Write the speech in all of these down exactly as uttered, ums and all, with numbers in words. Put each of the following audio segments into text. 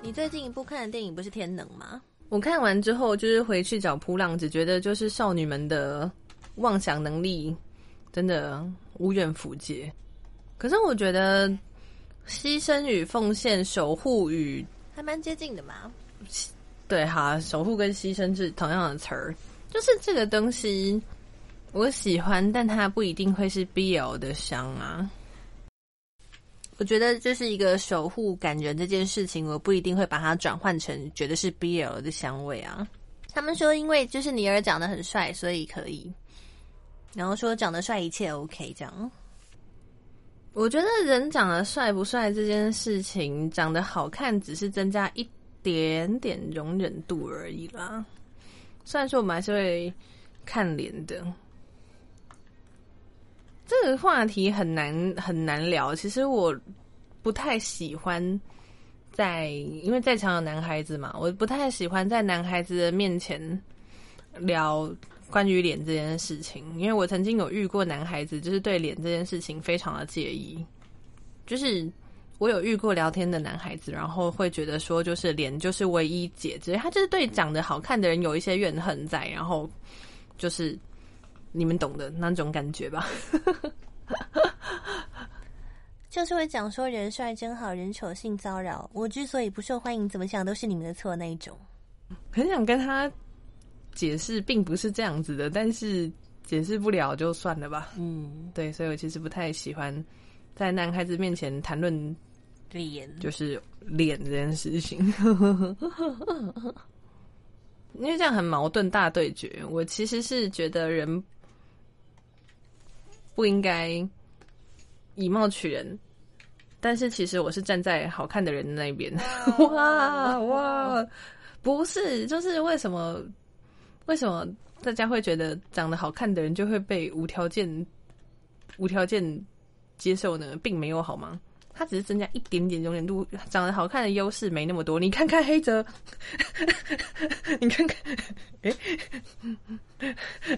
你最近一部看的电影不是《天能》吗？ 我看完之后就是回去找噗浪，只觉得就是少女们的妄想能力真的无远弗届。可是我觉得牺牲与奉献、守护与还蛮接近的嘛。 对哈，守护跟牺牲是同样的词儿，就是这个东西我喜欢，但它不一定会是 B L 的香啊。 我觉得这是一个守护感人这件事情，我不一定会把它转换成觉得是 B L 的香味啊。他们说因为就是尼尔长得很帅，所以可以，然后说长得帅一切 OK 这样。 我觉得人长得帅不帅这件事情，长得好看只是增加一点点容忍度而已啦。虽然说我们还是会看脸的，这个话题很难很难聊。其实我不太喜欢在，因为在场有男孩子嘛，我不太喜欢在男孩子的面前聊关于脸这件事情，因为我曾经有遇过男孩子，就是对脸这件事情非常的介意。就是我有遇过聊天的男孩子，然后会觉得说，就是脸就是唯一解，只是他就是对长得好看的人有一些怨恨在，然后就是你们懂的那种感觉吧。 就是会讲说人帅真好，人丑性骚扰，我之所以不受欢迎，怎么想都是你们的错那一种。 很想跟他解释并不是这样子的，但是解释不了就算了吧。嗯，对，所以我其实不太喜欢在男孩子面前谈论脸， 就是脸这件事情。因为这样很矛盾大对决。我其实是觉得人不应该以貌取人，但是其实我是站在好看的人的那边。哇哇，不是，就是为什么为什么大家会觉得长得好看的人就会被无条件无条件接受呢？并没有好吗？它只是增加一点点容忍度，长得好看的优势没那么多。你看看黑泽，你看看，哎、欸，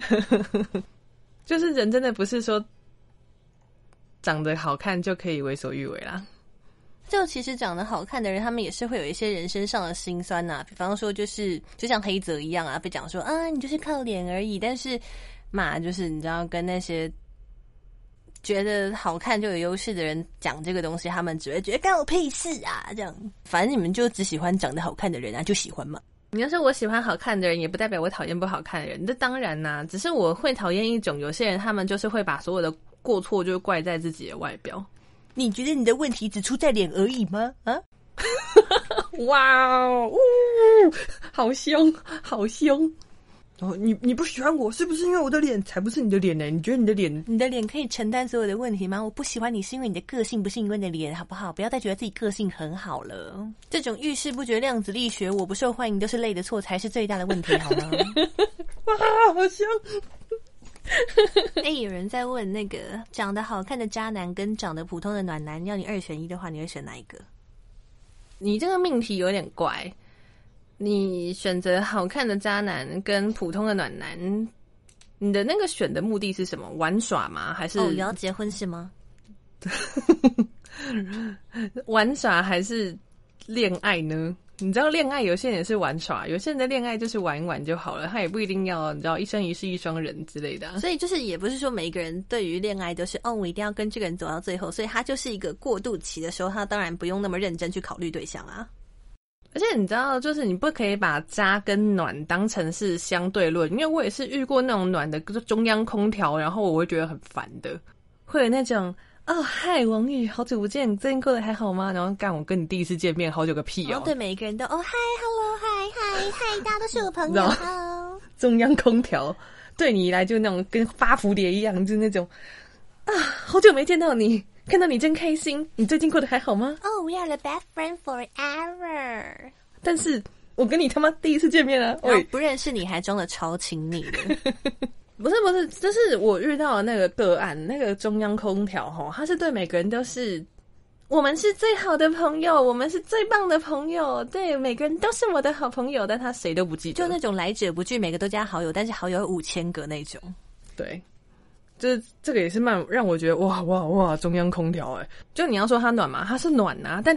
就是人真的不是说长得好看就可以为所欲为啦。 就其实长得好看的人，他们也是会有一些人身上的辛酸呐、啊。比方说，就是就像黑泽一样啊，被讲说啊，你就是靠脸而已。但是嘛，就是你知道，跟那些觉得好看就有优势的人讲这个东西，他们只会觉得干我屁事啊，这样。反正你们就只喜欢长得好看的人啊，就喜欢嘛。 你要说我喜欢好看的人，也不代表我讨厌不好看的人。这当然啦、啊，只是我会讨厌一种有些人，他们就是会把所有的过错就怪在自己的外表。 你觉得你的问题只出在脸而已吗？啊！ 哇哦，好凶，好凶！哦，你你不喜欢我，是不是因为我的脸？才不是你的脸呢！你觉得你的脸， 你的脸可以承担所有的问题吗？我不喜欢你是因为你的个性，不是因为你的脸，好不好？不要再觉得自己个性很好了。这种遇事不决量子力学，我不受欢迎都是累的错，才是最大的问题，好吗？ 哇，好凶！ 哎、欸，有人在问那个长得好看的渣男跟长得普通的暖男，要你二选一的话，你会选哪一个？ 你这个命题有点怪。你选择好看的渣男跟普通的暖男，你的那个选的目的是什么？玩耍吗？还是哦，你要结婚是吗？ 玩耍还是恋爱呢？你知道恋爱有些人也是玩耍，有些人的恋爱就是玩一玩就好了，他也不一定要你知道一生一世一双人之类的、啊。 所以就是也不是说每一个人对于恋爱都是哦，我一定要跟这个人走到最后，所以他就是一个过渡期的时候，他当然不用那么认真去考虑对象啊。 而且你知道，就是你不可以把渣跟暖当成是相对论，因为我也是遇过那种暖的中央空调，然后我会觉得很烦的，会有那种哦嗨王宇，好久不见，最近过得还好吗？然后干我跟你第一次见面，好久个屁哦！ 哦对每一个人都哦嗨 hello 嗨嗨嗨，大家都是我朋友 hello。 中央空调对你来就那种跟发蝴蝶一样，就是那种啊好久没见到你。看到你真开心，你最近过得还好吗？ 哦、oh, we are the best friend forever。 但是我跟你他妈第一次见面啊， 我不认识你还装得超亲密的。 不是不是，这是我遇到的那个个案，那个中央空调齁，他是对每个人都是，我们是最好的朋友，我们是最棒的朋友，对，每个人都是我的好朋友，但他谁都不记得， 就那种来者不拒，每个都加好友，但是好友有五千个那种。 对。就是这个也是蛮让我觉得哇哇哇中央空调哎、欸，就你要说它暖嘛，它是暖啊，但它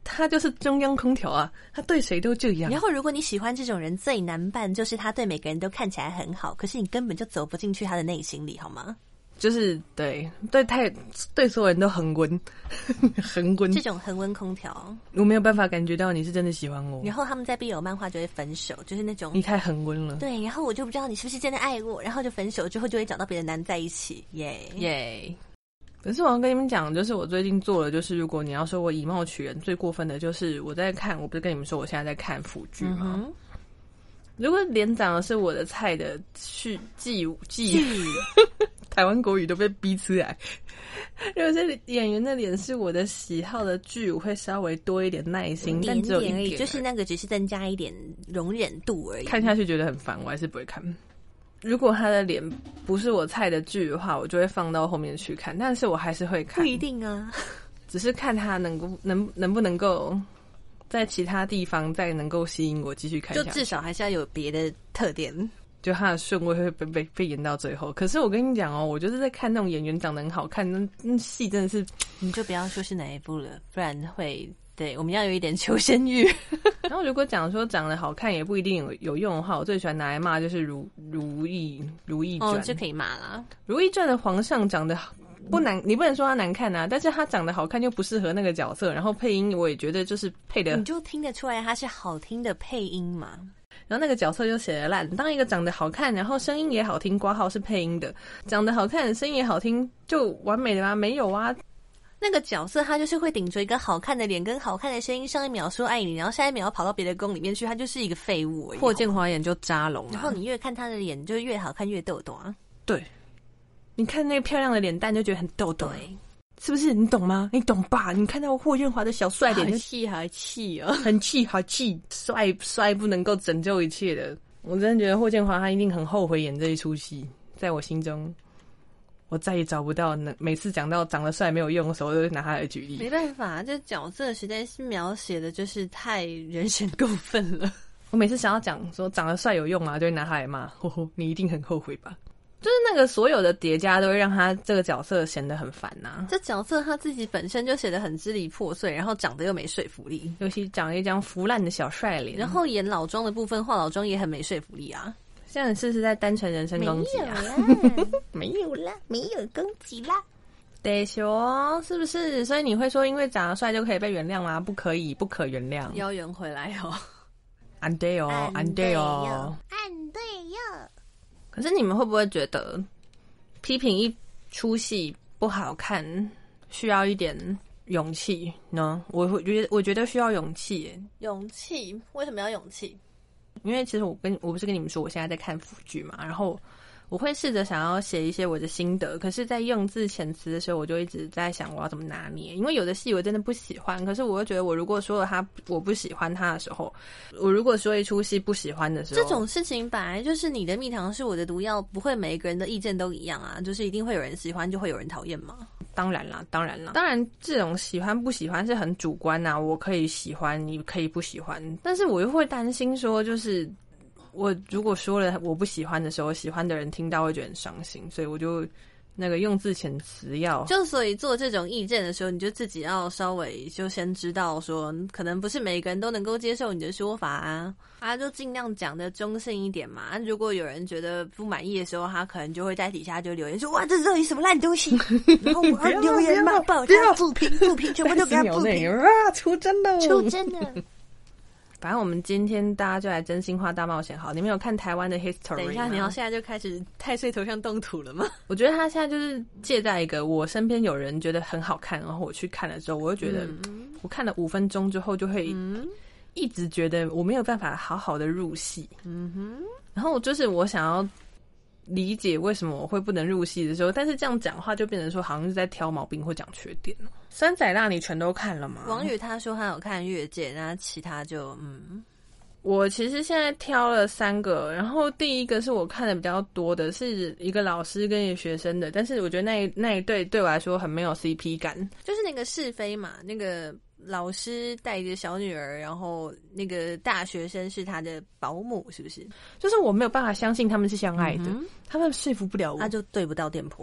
他就是中央空调啊，他对谁都这样。 然后如果你喜欢这种人，最难办就是他对每个人都看起来很好，可是你根本就走不进去他的内心里，好吗？ 就是对对太对所有人都恒温恒温， 这种恒温空调我没有办法感觉到你是真的喜欢我。 然后他们在 B L 漫画就会分手，就是那种你太恒温了。 对，然后我就不知道你是不是真的爱我，然后就分手之后就会找到别的男在一起，耶耶。可是我要跟你们讲，就是我最近做的，就是如果你要说我以貌取人，最过分的就是我在看，我不是跟你们说我现在在看腐剧吗？嗯，如果脸长得是我的菜的剧剧剧，台湾国语都被逼出来。如果是演员的脸是我的喜好的剧，我会稍微多一点耐心，但只有一点而已， 就是那个只是增加一点容忍度而已。 看下去觉得很烦，我还是不会看。如果他的脸不是我菜的剧的话，我就会放到后面去看，但是我还是会看。 不一定啊， 只是看他能够能能不能够在其他地方再能够吸引我继续看下去， 就至少还是要有别的特点， 就他的顺位会被被被演到最后。可是我跟你讲哦，我就是在看那种演员长得很好看，那那戏真的是， 你就不要说是哪一部了，不然会对我们要有一点求生欲。 然后如果讲说长得好看也不一定有有用的话，我最喜欢拿来骂就是如如懿如懿传， 哦，就可以骂啦。 如懿传的皇上长得不难，你不能说他难看啊，但是他长得好看又不适合那个角色，然后配音我也觉得就是配的， 你就听得出来他是好听的配音嘛。 然后那个角色就写得烂，当一个长得好看，然后声音也好听，括号是配音的，长得好看，声音也好听，就完美的吗？没有啊。 那个角色他就是会顶着一个好看的脸跟好看的声音，上一秒说爱你，然后下一秒要跑到别的宫里面去，他就是一个废物而已。 霍建华眼就扎龙、啊， 然后你越看他的脸就越好看，越逗逗啊。 对，你看那个漂亮的脸蛋就觉得很逗逗， 对， 是不是？你懂吗？你懂吧？你看到霍建华的小帅脸， 好气好气哦， 很气好气，帅帅不能够拯救一切的。我真的觉得霍建华他一定很后悔演这一出戏，在我心中。我再也找不到，每次讲到长得帅没有用的时候，我都会拿他来举例。 没办法，这角色实在是描写的就是太人神共愤了。 我每次想要讲说长得帅有用吗，就会拿他来骂，呵呵，你一定很后悔吧？就是那个所有的叠加都会让他这个角色显得很烦呐、啊。 这角色他自己本身就写得很支离破碎，然后长得又没说服力， 尤其长了一张腐烂的小帅脸， 然后演老妆的部分化老妆也很没说服力啊。 这样是不是在单纯人身攻击啊？ 没有啦，没有攻击啦。 对说是不是？所以你会说因为长得帅就可以被原谅吗？不可以，不可原谅。 要圆回来哦。 安对哦，安对哦， 安对哟。 可是你们会不会觉得批评一出戏不好看需要一点勇气呢？我会觉得，我觉得需要勇气耶。 勇气？为什么要勇气？ 因为其实我跟我不是跟你们说我现在在看腐剧嘛，然后我会试着想要写一些我的心得，可是在用字遣词的时候我就一直在想我要怎么拿捏，因为有的戏我真的不喜欢，可是我又觉得我如果说了他我不喜欢他的时候，我如果说一出戏不喜欢的时候， 这种事情本来就是你的蜜糖是我的毒药，不会每一个人的意见都一样啊，就是一定会有人喜欢就会有人讨厌嘛。 当然啦，当然啦，当然这种喜欢不喜欢是很主观呐、啊，我可以喜欢，你可以不喜欢，但是我又会担心说，就是我如果说了我不喜欢的时候，喜欢的人听到会觉得很伤心，所以我就那个用字遣词要， 就所以做这种意见的时候，你就自己要稍微就先知道说，可能不是每个人都能够接受你的说法啊，啊，就尽量讲的中性一点嘛。如果有人觉得不满意的时候，他可能就会在底下就留言说，哇，这到底什么烂东西，然后我要留言骂爆他，负评负评，全部都给他负评啊，出真的， 出真的。 反正我们今天大家就来真心话大冒险。好，你们有看台湾的 History 吗？ 等一下，你要现在就开始太岁头上动土了吗？ 我觉得他现在就是借在一个我身边有人觉得很好看，然后我去看了之后，我就觉得、嗯、我看了五分钟之后就会一直觉得我没有办法好好的入戏。嗯哼，然后就是我想要理解为什么我会不能入戏的时候，但是这样讲话就变成说好像是在挑毛病或讲缺点了。三仔辣你全都看了吗？ 王宇他说他有看越界，那其他就嗯， 我其实现在挑了三个，然后第一个是我看的比较多的，是一个老师跟一个学生的，但是我觉得那一那一对对我来说很没有 C P 感， 就是那个是非嘛，那个老师带着小女儿，然后那个大学生是他的保姆，是不是？ 就是我没有办法相信他们是相爱的，嗯、他们说服不了我， 他就对不到店铺啊。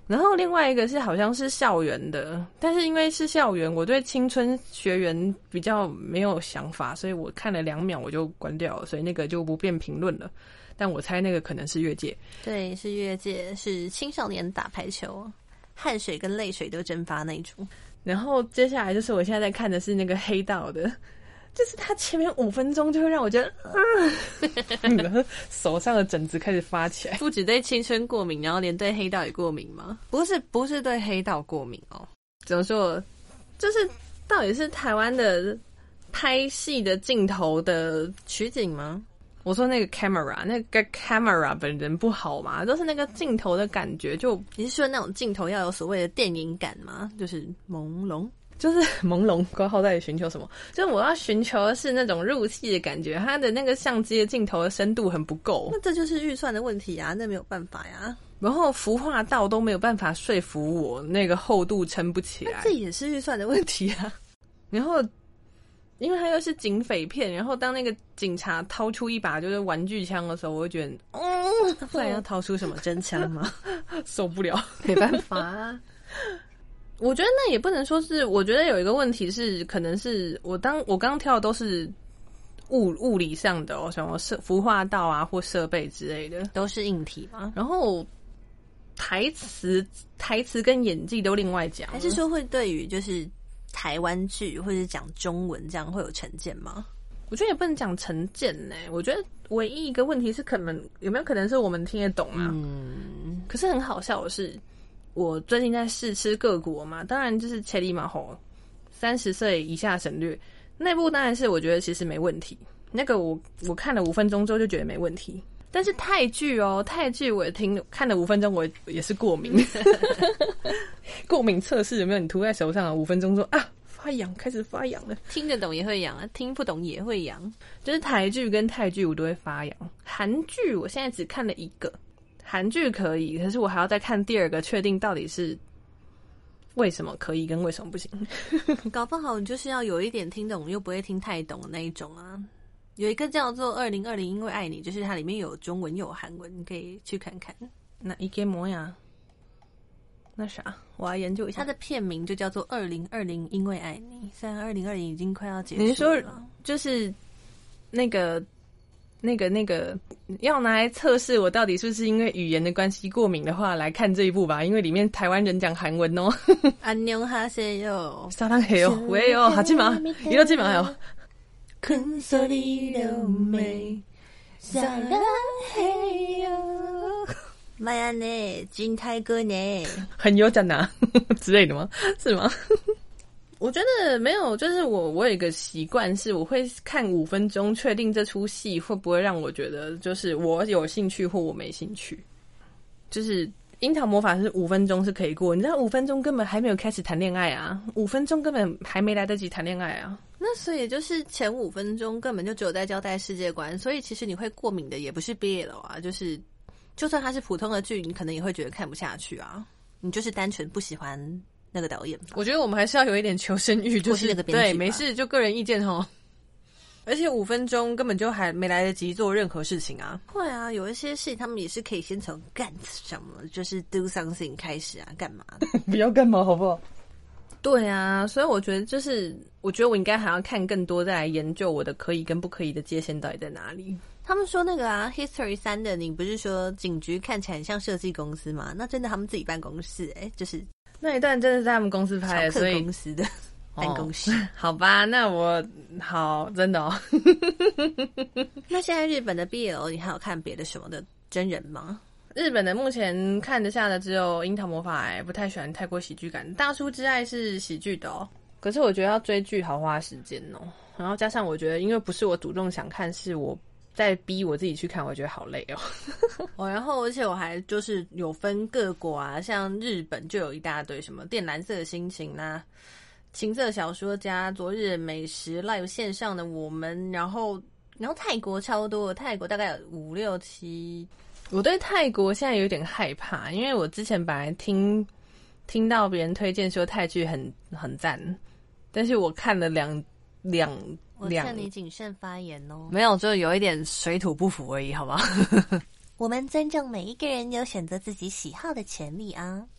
然后另外一个是好像是校园的，但是因为是校园，我对青春学园比较没有想法，所以我看了两秒我就关掉了，所以那个就不便评论了。但我猜那个可能是越界。 对，是越界，是青少年打排球，汗水跟泪水都蒸发那一种。 然后接下来就是我现在在看的是那个黑道的，就是他前面五分钟就会让我觉得，啊、手上的疹子开始发起来。 不只对青春过敏，然后连对黑道也过敏吗？不是，不是对黑道过敏哦。 怎么说？就是到底是台湾的拍戏的镜头的取景吗？ 我说那个 camera， 那个 camera 本人不好嘛，就是那个镜头的感觉就， 你是说那种镜头要有所谓的电影感吗？就是朦胧。 就是朦胧，挂号到底寻求什么？就是我要寻求的是那种入戏的感觉，它的那个相机的镜头的深度很不够。 那这就是预算的问题啊，那没有办法呀。 然后服化道都没有办法说服我，那个厚度撑不起来。 这也是预算的问题啊。 然后，因为它又是警匪片，然后当那个警察掏出一把就是玩具枪的时候，我会觉得， 嗯，不然要掏出什么真枪吗？ 受不了， 没办法啊。 我觉得那也不能说是，我觉得有一个问题是，可能是我当我刚刚挑的都是物物理上的哦，什么设服化道啊或设备之类的， 都是硬体嘛。 然后台词台词跟演技都另外讲， 还是说会对于就是台湾剧或者讲中文这样会有成见吗？ 我觉得也不能讲成见呢。我觉得唯一一个问题是，可能有没有可能是我们听得懂啊？嗯，可是很好笑的是。我最近在试吃各国嘛，当然就是千里马吼，三十岁以下省略那部，当然是我觉得其实没问题。那个我我看了五分钟之后就觉得没问题。但是泰剧哦，泰剧我也听看了五分钟，我也是过敏。过敏测试有没有？你涂在手上啊，五分钟说啊发痒，开始发痒了。 听得懂也会痒啊，听不懂也会痒。 就是台剧跟泰剧我都会发痒。韩剧我现在只看了一个。韩剧可以，可是我还要再看第二个，确定到底是为什么可以跟为什么不行。 搞不好你就是要有一点听懂又不会听太懂的那一种啊。有一个叫做二零二零因为爱你，就是它里面有中文又有韩文，你可以去看看。 那一个模样，那啥，我要研究一下。 它的片名就叫做二零二零因为爱你，虽然二零二零已经快要结束了。 你说就是那个。那个那个要拿来测试我到底是不是因为语言的关系过敏的话，来看这一部吧，因为里面台湾人讲韩文哦。 安妞哈塞哟， 撒浪嘿哟，喂哟，哈基玛，一个基玛哟。 肯索里流美，撒浪嘿哟，妈呀呢，金泰哥呢， 很有讲呐之类的吗？是吗？我觉得没有，就是我我有一个习惯是，我会看五分钟，确定这出戏会不会让我觉得就是我有兴趣或我没兴趣。就是《樱桃魔法》是五分钟是可以过，你知道五分钟根本还没有开始谈恋爱啊，五分钟根本还没来得及谈恋爱啊。 那所以就是前五分钟根本就只有在交代世界观，所以其实你会过敏的也不是 B L 啊，就是就算它是普通的剧，你可能也会觉得看不下去啊，你就是单纯不喜欢。那个导演吧， 我觉得我们还是要有一点求生欲，就是是那个编剧对，没事，就个人意见齁。而且五分钟根本就还没来得及做任何事情啊。 会啊，有一些事他们也是可以先从干什么，就是 do something 开始啊，干嘛的？ 不要干嘛好不好？对啊，所以我觉得就是，我觉得我应该还要看更多，再来研究我的可以跟不可以的界限到底在哪里。 他们说那个啊 ，History 三的，你不是说警局看起来很像设计公司吗？那真的他们自己办公室、欸，哎，就是。 那一段真的是在他们公司拍的，所以公司的办公室、 哦。好吧，那我好真的哦。 那现在日本的 B L， 你还有看别的什么的真人吗？ 日本的目前看得下的只有《樱桃魔法》，不太喜欢太过喜剧感。大叔之爱是喜剧的哦，可是我觉得要追剧好花时间哦。然后加上我觉得，因为不是我主动想看，是我。再逼我自己去看，我觉得好累哦。 哦，然后而且我还就是有分各国啊，像日本就有一大堆什么靛蓝色的心情啊、情色小说家、昨日的美食、live 线上的我们，然后然后泰国超多，泰国大概有五六七。 我对泰国现在有点害怕，因为我之前本来听听到别人推荐说泰剧很很赞，但是我看了两两。 我劝你谨慎发言哦，没有，就有一点水土不服而已，好吗？我们尊重每一个人有选择自己喜好的权利啊。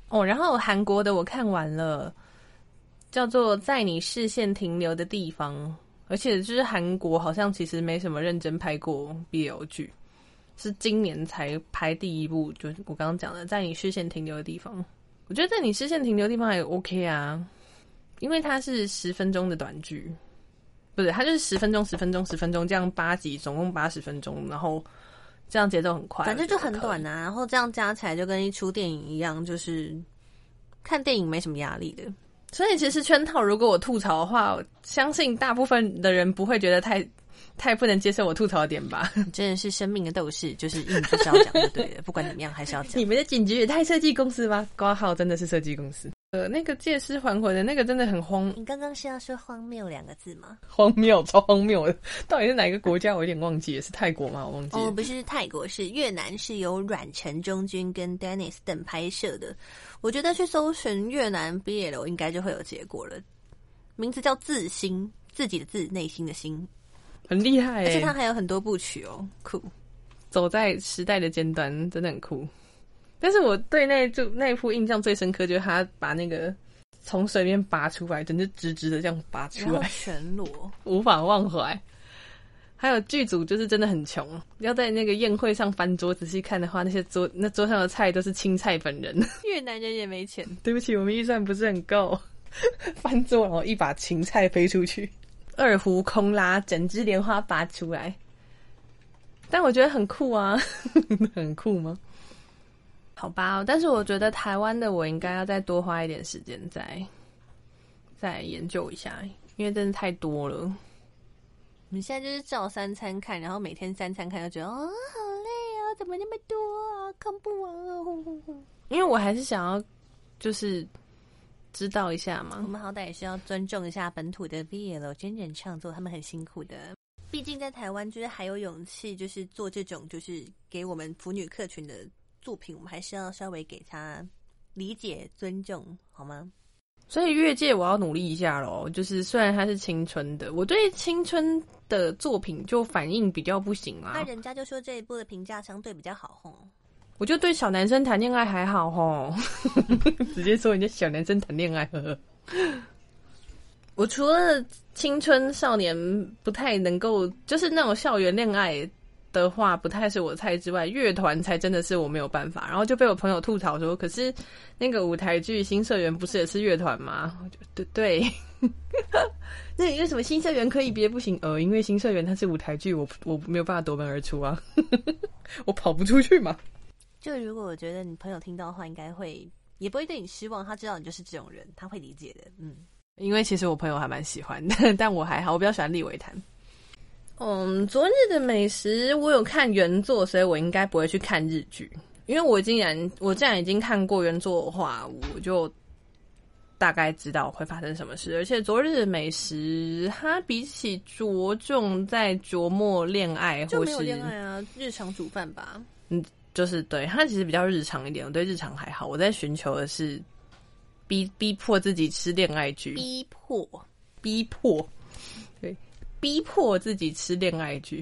哦，然后韩国的我看完了，叫做《在你视线停留的地方》，而且就是韩国好像其实没什么认真拍过 B L 剧，是今年才拍第一部，就是我刚刚讲的《在你视线停留的地方》。我觉得在你视线停留的地方也 OK 啊，因为它是十分钟的短剧，不是，它就是十分钟、十分钟、十分钟这样八集，总共八十分钟，然后这样节奏很快， 反正就很短啊。然后这样加起来就跟一出电影一样，就是看电影没什么压力的。 所以其实圈套，如果我吐槽的话，我相信大部分的人不会觉得太太不能接受我吐槽的点吧。 真的是生命的斗士，就是硬就是要讲就对了，不管怎么样还是要讲。 你们的警局也太设计公司吧？挂号真的是设计公司。呃，那个借尸还魂的那个真的很荒。 你刚刚是要说荒谬两个字吗？ 荒谬，超荒谬的。到底是哪个国家？我有点忘记了，是泰国吗？我忘记了。 哦，不是泰国，是越南，是由阮成中君跟 Dennis 等拍摄的。我觉得去搜寻越南 B L 应该就会有结果了。名字叫自心，自己的自，内心的心， 很厉害耶。 而且它还有很多部曲哦，酷。 走在时代的尖端，真的很酷。但是我对那就那一部印象最深刻，就是他把那个从水面拔出来，真是直直的这样拔出来， 全裸， 无法忘怀。还有剧组就是真的很穷，要在那个宴会上翻桌仔细看的话，那些桌那桌上的菜都是青菜本人。 越南人也没钱， 对不起，我们预算不是很够。翻桌然后一把芹菜飞出去，二胡空拉，整只莲花拔出来。但我觉得很酷啊，很酷吗？好吧，但是我觉得台湾的我应该要再多花一点时间再再研究一下，因为真的太多了。 你现在就是照三餐看，然后每天三餐看，就觉得哦，好累啊，怎么那么多啊，看不完啊。 因为我还是想要就是知道一下嘛， 我们好歹也是要尊重一下本土的 B L 真人创作，他们很辛苦的。毕竟在台湾，就是还有勇气，就是做这种就是给我们腐女客群的作品，我们还是要稍微给他理解、尊重，好吗？ 所以越界我要努力一下咯，就是虽然它是青春的，我对青春的作品就反应比较不行啊。 那人家就说这一部的评价相对比较好吼。 我就对小男生谈恋爱还好吼，直接说人家小男生谈恋爱呵呵。我除了青春少年不太能够，就是那种校园恋爱的话不太是我菜之外，乐团才真的是我没有办法。然后就被我朋友吐槽说，可是那个舞台剧新社员不是也是乐团吗？我就对对，那你为什么新社员可以别不行？呃，因为新社员它是舞台剧，我我没有办法夺门而出啊，我跑不出去嘛。 就如果我觉得你朋友听到的话，应该会也不会对你失望，他知道你就是这种人，他会理解的。嗯， 因为其实我朋友还蛮喜欢的，但我还好，我比较喜欢立伟谈。嗯，昨日的美食我有看原作，所以我应该不会去看日剧，因为我竟然我既然已经看过原作的话，我就大概知道会发生什么事。而且昨日的美食，它比起着重在琢磨恋爱，或是就没有恋爱啊，日常煮饭吧。 嗯，就是对它其实比较日常一点。我对日常还好，我在寻求的是逼逼迫自己吃恋爱剧， 逼迫逼迫，对。逼迫自己吃恋爱剧，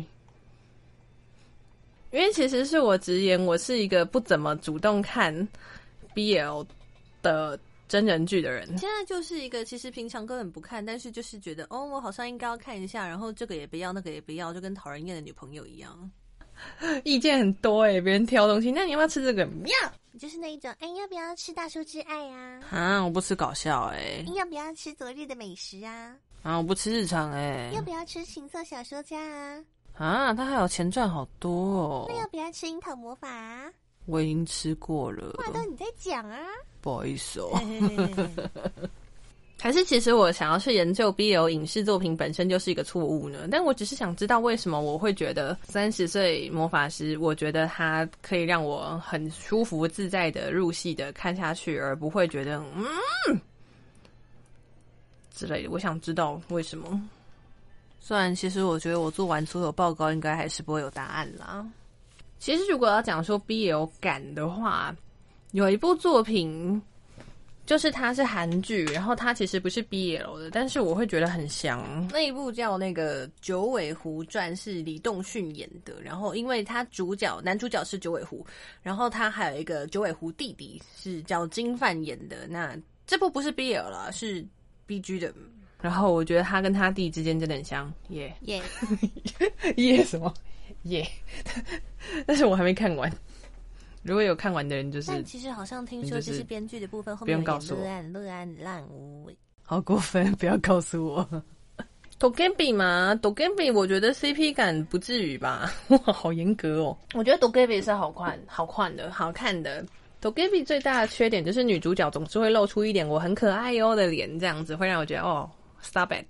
因为其实是我直言，我是一个不怎么主动看 B L 的真人剧的人。 现在就是一个其实平常根本不看，但是就是觉得哦，我好像应该要看一下，然后这个也不要，那个也不要，就跟讨人厌的女朋友一样， 意见很多哎、欸，别人挑东西，那你要不要吃这个？要， 就是那一种哎，要不要吃大叔之爱啊？ 啊，我不吃搞笑哎、 欸，要不要吃昨日的美食啊？ 啊，我不吃日常哎、欸， 要不要吃情色小说家啊？ 啊，他还有钱赚好多哦。 那要不要吃樱桃魔法啊？ 我已经吃过了。 话都你在讲啊？ 不好意思哦。还是其实我想要去研究 B L 影视作品本身就是一个错误呢？但我只是想知道为什么我会觉得三十岁魔法师，我觉得他可以让我很舒服自在的入戏的看下去，而不会觉得嗯之类的。我想知道为什么。 虽然其实我觉得我做完所有报告应该还是不会有答案啦。 其实如果要讲说 B L 感的话，有一部作品就是它是韩剧，然后它其实不是 B L 的，但是我会觉得很香。 那一部叫那个《九尾狐传》是李栋旭演的，然后因为他主角男主角是九尾狐，然后他还有一个九尾狐弟弟是叫金范演的。那这部不是 B L 啦，是 B G 的。 然后我觉得他跟他弟之间真的很像，耶耶耶什么耶？但是我还没看完。如果有看完的人，就是但其实好像听说就是编剧的部分后不面有用告诉我， 乐安乐安烂无尾， 好过分！不要告诉我。Dogebi 嘛 ，Dogebi 我觉得 C P 感不至于吧？哇，好严格哦。我觉得 Dogebi 是好看、好看的、好看的。Dogebi 最大的缺点就是女主角总是会露出一点我很可爱哟的脸，这样子会让我觉得哦 ，stop it。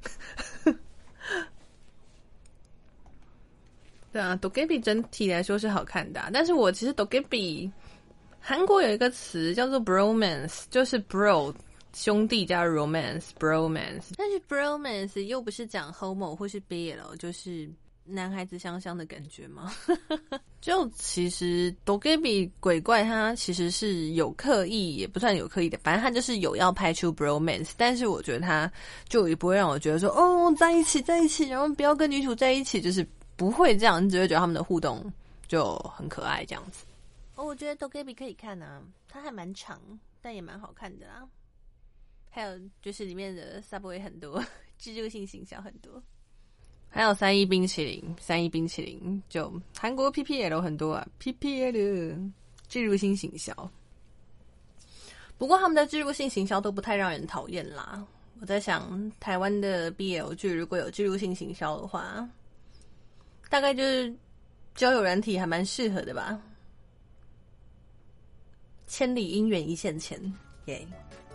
对啊 ，Dogebi 整体来说是好看的、啊，但是我其实 Dogebi 韩国有一个词叫做 bromance， 就是 bro 兄弟加 romance，bromance。 但是 bromance 又不是讲 homo 或是 B L， 就是男孩子香香的感觉吗？就其实 Dogebi 鬼怪他其实是有刻意，也不算有刻意的，反正他就是有要拍出 bromance， 但是我觉得他就也不会让我觉得说哦在一起在一起，然后不要跟女主在一起，就是不会这样，你只会觉得他们的互动就很可爱这样子。哦，我觉得 Dogebi 可以看啊，它还蛮长，但也蛮好看的啦。还有就是里面的 Subway 很多，植入性行销很多。还有三一冰淇淋，三一冰淇淋就韩国 P P L 很多啊 ，P P L 植入性行销。不过他们的植入性行销都不太让人讨厌啦。我在想，台湾的 B L 剧如果有植入性行销的话，大概就是交友软体还蛮适合的吧。千里姻缘一线牵，耶、yeah